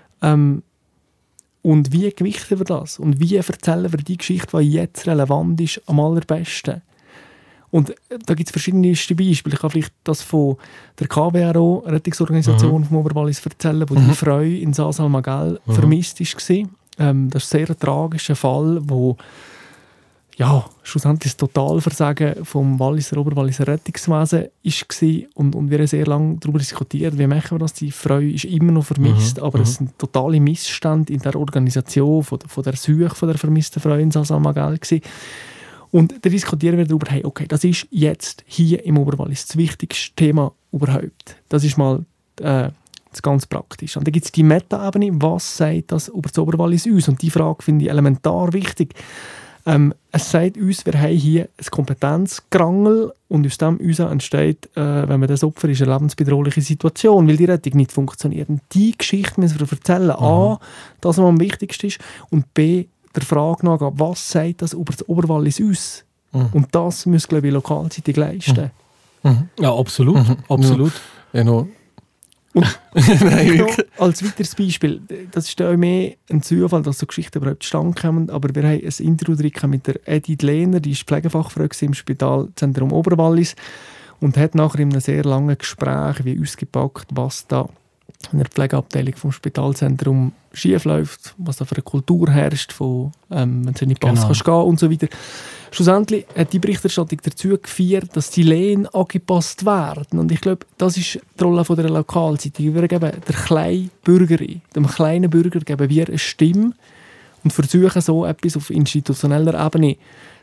Und wie gewichten wir das? Und wie erzählen wir die Geschichte, die jetzt relevant ist, am allerbesten? Und da gibt es verschiedenste Beispiele. Ich kann vielleicht das von der KBRO, Rettungsorganisation vom Oberwallis, erzählen, wo die Frau in Saas-Almagell vermisst war. Das ist ein sehr tragischer Fall, wo schlussendlich das Totalversagen vom Oberwalliser Rettungswesen war. Und wir haben sehr lange darüber diskutiert, wie machen wir das. Die Frau ist immer noch vermisst, aber es sind totale Missstände in der Organisation von der Suche von der vermissten Frau in Saas-Almagell gewesen. Und da diskutieren wir darüber, hey, okay, das ist jetzt hier im Oberwallis das wichtigste Thema überhaupt. Das ist mal das ganz praktisch. Und dann gibt es die Meta-Ebene, was sagt das über das Oberwallis uns? Und die Frage finde ich elementar wichtig. Es sagt uns, wir haben hier ein Kompetenzgerangel und aus dem entsteht, wenn man das Opfer ist, eine lebensbedrohliche Situation, weil die Rettung nicht funktioniert. Und die Geschichte müssen wir erzählen. A, das, was am wichtigsten ist, und B, der Frage nachgehen, was sagt das über das Oberwallis uns? Und das muss, glaube ich, Lokalzeitung leisten. Ja, absolut. Absolut. Ja, no. Und als weiteres Beispiel, das ist auch mehr ein Zufall, dass so Geschichten überhaupt zustande kommen, aber wir haben ein Interview drin mit der Edith Lehner, die ist Pflegefachfrau im Spitalzentrum Oberwallis und hat nachher in einem sehr langen Gespräch wie ausgepackt, was da in der Pflegeabteilung vom Spitalzentrum schief läuft, was da für eine Kultur herrscht, von wenn es nicht passt, kannst du gehen und so weiter. Schlussendlich hat die Berichterstattung dazu geführt, dass die Lehen angepasst werden. Und ich glaube, das ist die Rolle der Lokalzeitung. Wir geben der kleinen Bürgerin, dem kleinen Bürger geben wir eine Stimme und versuchen so etwas auf institutioneller Ebene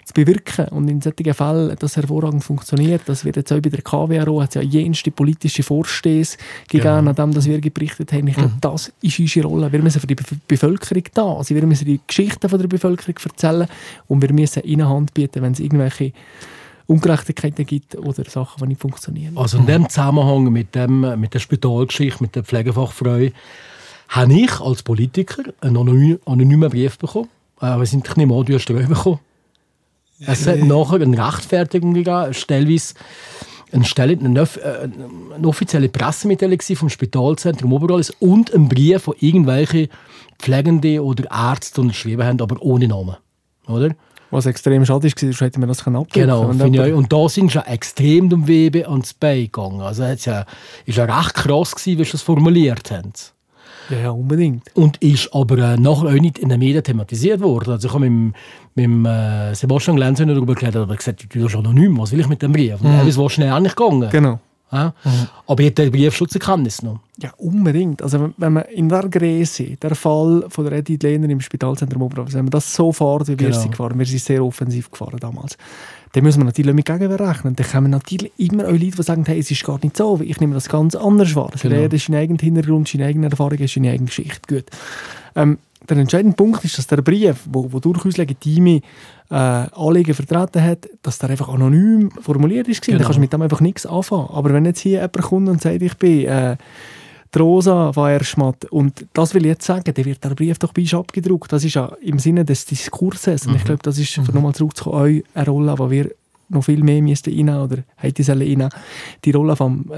zu bewirken. Und in solchen Fällen, das hervorragend funktioniert, das wird jetzt auch bei der KWRO, hat es ja jenste politische Vorstöße gegeben, an dem, dass wir berichtet haben. Ich glaube, das ist unsere Rolle. Wir müssen für die Bevölkerung da sein, wir müssen die Geschichten von der Bevölkerung erzählen und wir müssen ihnen Hand bieten, wenn es irgendwelche Ungerechtigkeiten gibt oder Sachen, die nicht funktionieren. Also in dem Zusammenhang mit der Spitalgeschichte, mit der Pflegefachfrau, habe ich als Politiker einen anonymen Brief bekommen. Wir sind nicht mal, du hast den bekommen. Es hat nachher eine Rechtfertigung gegeben, stellweise eine offizielle Pressemitteilung vom Spitalzentrum Oberallis und ein Brief von irgendwelchen Pflegenden oder Ärzten unterschrieben haben, aber ohne Namen. Oder? Was extrem schade war, sonst hätte man das abdrücken können. Genau, und da sind schon extrem dem Webe ans Bein gegangen. Also es ist ja recht krass gewesen, wie sie das formuliert haben. Ja, unbedingt. Und ist aber nachher auch nicht in den Medien thematisiert worden. Also ich habe mit Sebastian Glenz darüber geredet, aber gesagt, du bist anonym, was will ich mit dem Brief? Und er ist so schnell nicht gegangen. Genau. Ja? Aber hat der Brief schon zur Kenntnis genommen? Ja, unbedingt. Also wenn man in der Grese, der Fall von der Edith Lehner im Spitalzentrum Oberallis, wenn man das so fährt, wie wir sind gefahren, wir sind sehr offensiv gefahren damals, dann müssen wir natürlich mit Gegenwehr rechnen. Dann kommen natürlich immer auch Leute, die sagen, hey, es ist gar nicht so, ich nehme das ganz anders wahr. Also jeder hat seinen eigenen Hintergrund, seine eigene Erfahrung, seine eigene Geschichte. Gut. Der entscheidende Punkt ist, dass der Brief, wo durchaus legitime Anliegen vertreten hat, dass der einfach anonym formuliert ist. Dann kannst du mit dem einfach nichts anfangen. Aber wenn jetzt hier jemand kommt und sagt, ich bin die Rosa Weierschmatt und das will ich jetzt sagen, dann wird der Brief doch bei uns abgedruckt. Das ist ja im Sinne des Diskurses. Und ich glaube, das ist, für nochmal zurückzukommen, eine Rolle, die wir noch viel mehr müssten reinnehmen oder hätten sollen, die Rolle vom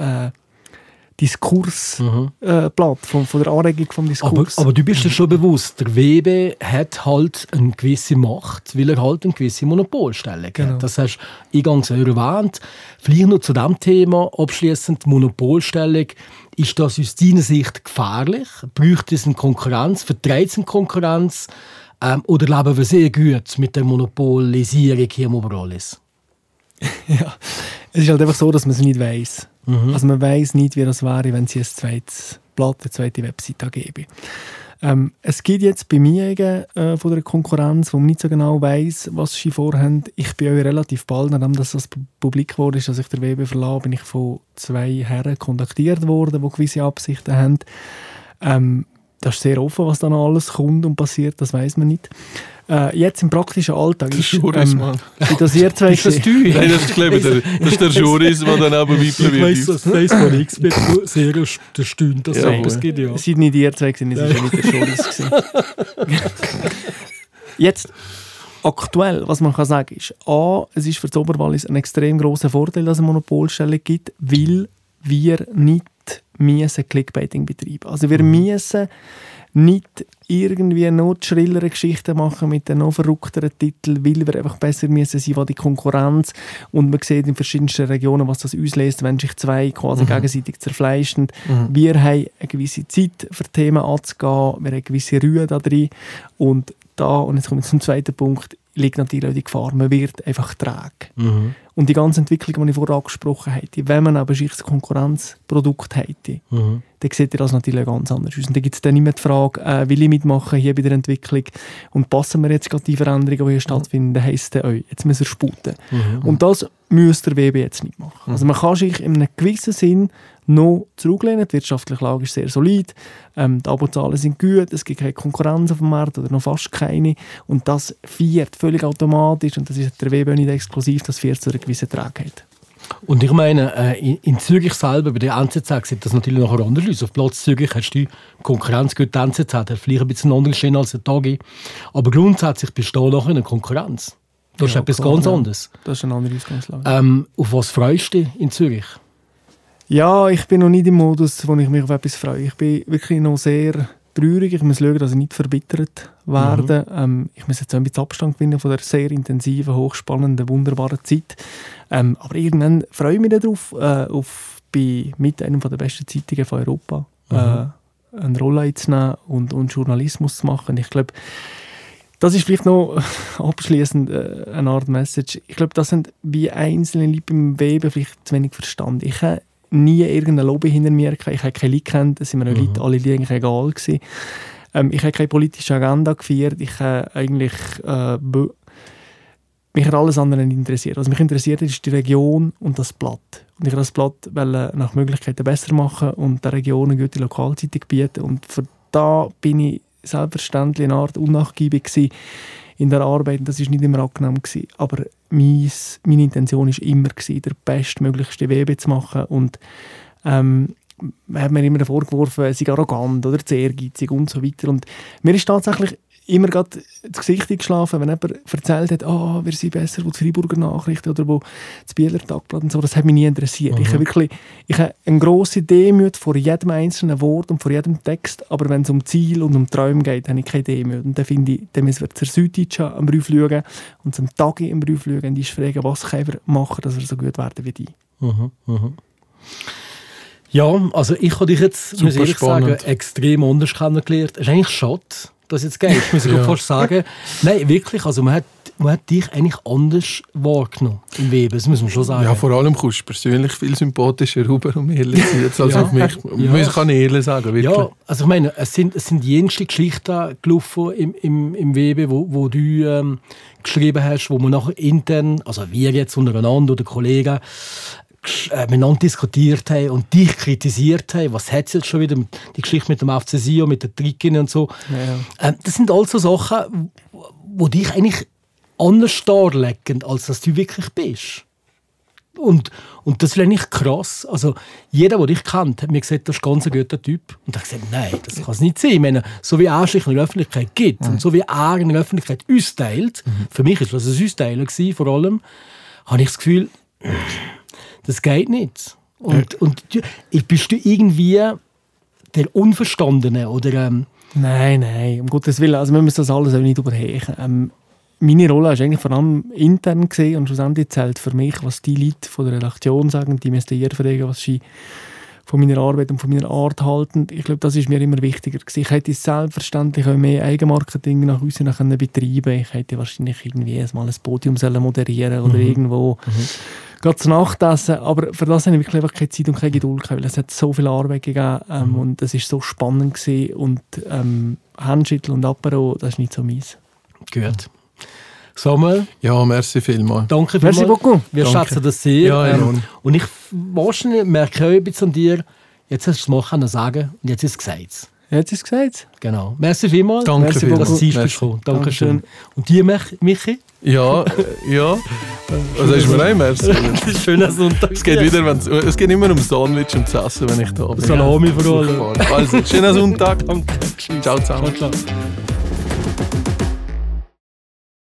Diskursblatt, von der Anregung vom Diskurs. Aber du bist dir schon bewusst, der Webe hat halt eine gewisse Macht, weil er halt eine gewisse Monopolstellung hat. Das hast du eingangs erwähnt. Vielleicht noch zu diesem Thema abschliessend Monopolstellung. Ist das aus deiner Sicht gefährlich? Braucht es eine Konkurrenz? Verträgt es eine Konkurrenz? Oder leben wir sehr gut mit der Monopolisierung hier im Oberallis? Ja, es ist halt einfach so, dass man es nicht weiss. Also man weiss nicht, wie das wäre, wenn sie ein zweites Blatt, eine zweite Webseite gäbe. Es gibt jetzt bei mir von der Konkurrenz, wo man nicht so genau weiss, was sie vorhaben. Ich bin auch relativ bald, nachdem das publik wurde, dass ich der WB verlasse, bin ich von 2 Herren kontaktiert worden, die gewisse Absichten haben. Das ist sehr offen, was dann alles kommt und passiert, das weiss man nicht. Jetzt im praktischen Alltag ist das ihr zwei ist das du? Nein, das ist der Joris, der dann aber weiblich wird. Ich weiss, das weiß man nichts mit sehr der Stunde, das es gibt, ja. Es sind nicht ihr zwei, es war ja nicht der Joris. Jetzt, aktuell, was man kann sagen ist, es ist für das Oberwallis ein extrem grosser Vorteil, dass es eine Monopolstellung gibt, weil wir nicht Clickbaiting betreiben. Also wir müssen nicht irgendwie noch schrillere Geschichten machen mit den noch verrückteren Titeln, weil wir einfach besser müssen sein als die Konkurrenz. Und man sieht in verschiedensten Regionen, was das auslöst, wenn sich 2 quasi gegenseitig zerfleischen. Wir haben eine gewisse Zeit für Themen anzugehen, wir haben eine gewisse Ruhe da drin. Und jetzt komme ich zum zweiten Punkt, liegt natürlich auch die Gefahr, man wird einfach träge. Und die ganze Entwicklung, die ich vorher angesprochen habe, wenn man aber ein Konkurrenzprodukt hätte, dann sieht das natürlich ganz anders aus. Und dann gibt es dann immer die Frage, will ich mitmachen hier bei der Entwicklung und passen wir jetzt gerade die Veränderungen, die hier stattfinden, dann heisst es, jetzt müssen wir sputen. Und das müsste der WB jetzt nicht machen. Also man kann sich in einem gewissen Sinn noch zurücklehnen. Die wirtschaftliche Lage ist sehr solid, die Abozahlen sind gut, es gibt keine Konkurrenz auf dem Markt oder noch fast keine. Und das führt völlig automatisch, und das ist der WB nicht exklusiv, das führt zu einer gewissen Trägheit. Und ich meine, in Zürich selber, bei der NZZ sieht das natürlich noch anders aus. Auf Platz Zürich hast du Konkurrenz, gut, die NZZ hat vielleicht ein bisschen andere Schiene als der TAGI. Aber grundsätzlich besteht noch eine Konkurrenz. Das ist etwas ganz anderes. Das ist eine andere Ausgangslage. Auf was freust du dich in Zürich? Ja, ich bin noch nicht im Modus, wo ich mich auf etwas freue. Ich bin wirklich noch sehr traurig. Ich muss schauen, dass ich nicht verbittert werde. Ich muss jetzt ein bisschen Abstand gewinnen von der sehr intensiven, hochspannenden, wunderbaren Zeit. Aber irgendwann freue ich mich darauf, mit einer der besten Zeitungen von Europa eine Rolle einzunehmen und Journalismus zu machen. Ich glaube, das ist vielleicht noch abschließend eine Art Message. Ich glaube, das sind wie einzelne Leute beim Weben vielleicht zu wenig verstanden. Ich habe nie irgendeine Lobby hinter mir gehabt. Ich habe keine Leute gekannt, es sind mir Leute, alle die eigentlich egal gewesen. Ich habe keine politische Agenda geführt. Ich habe eigentlich mich hat alles andere nicht interessiert. Was mich interessiert ist die Region und das Blatt. Und ich wollte das Blatt nach Möglichkeiten besser machen und der Region eine gute Lokalzeitung bieten. Und für da bin ich selbstverständlich eine Art unnachgiebig gewesen in der Arbeit. Das war nicht immer angenehm gewesen. Aber meine Intention war immer gewesen, der bestmöglichste WB zu machen. Und man hat mir immer vorgeworfen, sei arrogant oder zu ehrgeizig und so weiter. Und mir ist tatsächlich immer gerade das Gesicht geschlafen, wenn jemand erzählt hat, wir sind besser, wo die Freiburger Nachrichten oder wo das Bieler Tagblatt und so. Das hat mich nie interessiert. Ich habe eine grosse Demut vor jedem einzelnen Wort und vor jedem Text, aber wenn es um Ziel und um Träume geht, habe ich keine Demut. Und dann finde ich, dann müssen wir zur Süddeutschen am Brief schauen und zum Tagi am Brief schauen und uns fragen, was können wir machen, dass wir so gut werden wie die. Ja, also ich habe dich jetzt, muss ich ehrlich sagen, extrem anders kennengelernt. Es ist eigentlich schade, dass jetzt geht, muss ich fast sagen. Nein, wirklich, also man hat dich eigentlich anders wahrgenommen im Weben, das muss man schon sagen. Ja, vor allem kommst du persönlich viel sympathischer rüber, um ehrlich zu sein, jetzt als auf mich. Ja. Kann ich ehrlich sagen, wirklich. Ja, also ich meine, es sind jenste Geschichten gelaufen im Weben, wo du geschrieben hast, wo man nachher intern, also wir jetzt untereinander oder Kollegen, miteinander diskutiert haben und dich kritisiert haben. Was hat es jetzt schon wieder? Die Geschichte mit dem FC Sion, mit den Trickinnen und so. Ja. Das sind also Sachen, die dich eigentlich anders darlegen, als dass du wirklich bist. Und das finde ich krass. Also, jeder, der dich kennt, hat mir gesagt, das ist ein ganz guter Typ. Und ich habe gesagt, nein, das kann es nicht sein. Ich meine, so wie er sich in der Öffentlichkeit gibt und so wie er in der Öffentlichkeit uns teilt, für mich war das ein Austeilen vor allem, habe ich das Gefühl, das geht nicht. Und bist du irgendwie der Unverstandene? Oder, Nein, um Gottes Willen. Also wir müssen das alles auch nicht überheben. Meine Rolle war eigentlich vor allem intern gesehen und schlussendlich zählt für mich, was die Leute von der Redaktion sagen. Die müssen ihr fragen, was sie von meiner Arbeit und von meiner Art halten. Ich glaube, das ist mir immer wichtiger gewesen. Ich hätte selbstverständlich auch mehr Eigenmarketing nach außen betreiben. Ich hätte wahrscheinlich irgendwie mal ein Podium moderieren oder irgendwo gerade zu Nacht essen. Aber für das habe ich wirklich einfach keine Zeit und keine Geduld gehabt, weil es hat so viel Arbeit gegeben und es war so spannend gewesen. Und Handschütteln und Apero, das ist nicht so meins. Gut. Samuel? Ja, merci vielmals. Danke vielmals. Merci beaucoup. Wir schätzen das sehr. Ja, und ich wahrscheinlich merke auch ein bisschen an dir, jetzt hast du es mal sagen und jetzt ist es gesagt. Jetzt ist es gesagt. Genau. Merci vielmals. Danke vielmals, dass du bist gekommen. Dankeschön. Und dir, Michi? Ja. Also ist mir auch merci. Schöner Sonntag. Es geht immer um Sandwich und zu essen, wenn ich da bin. Salami vor allem. Also, schönen Sonntag. Danke. Ciao zusammen. Ciao.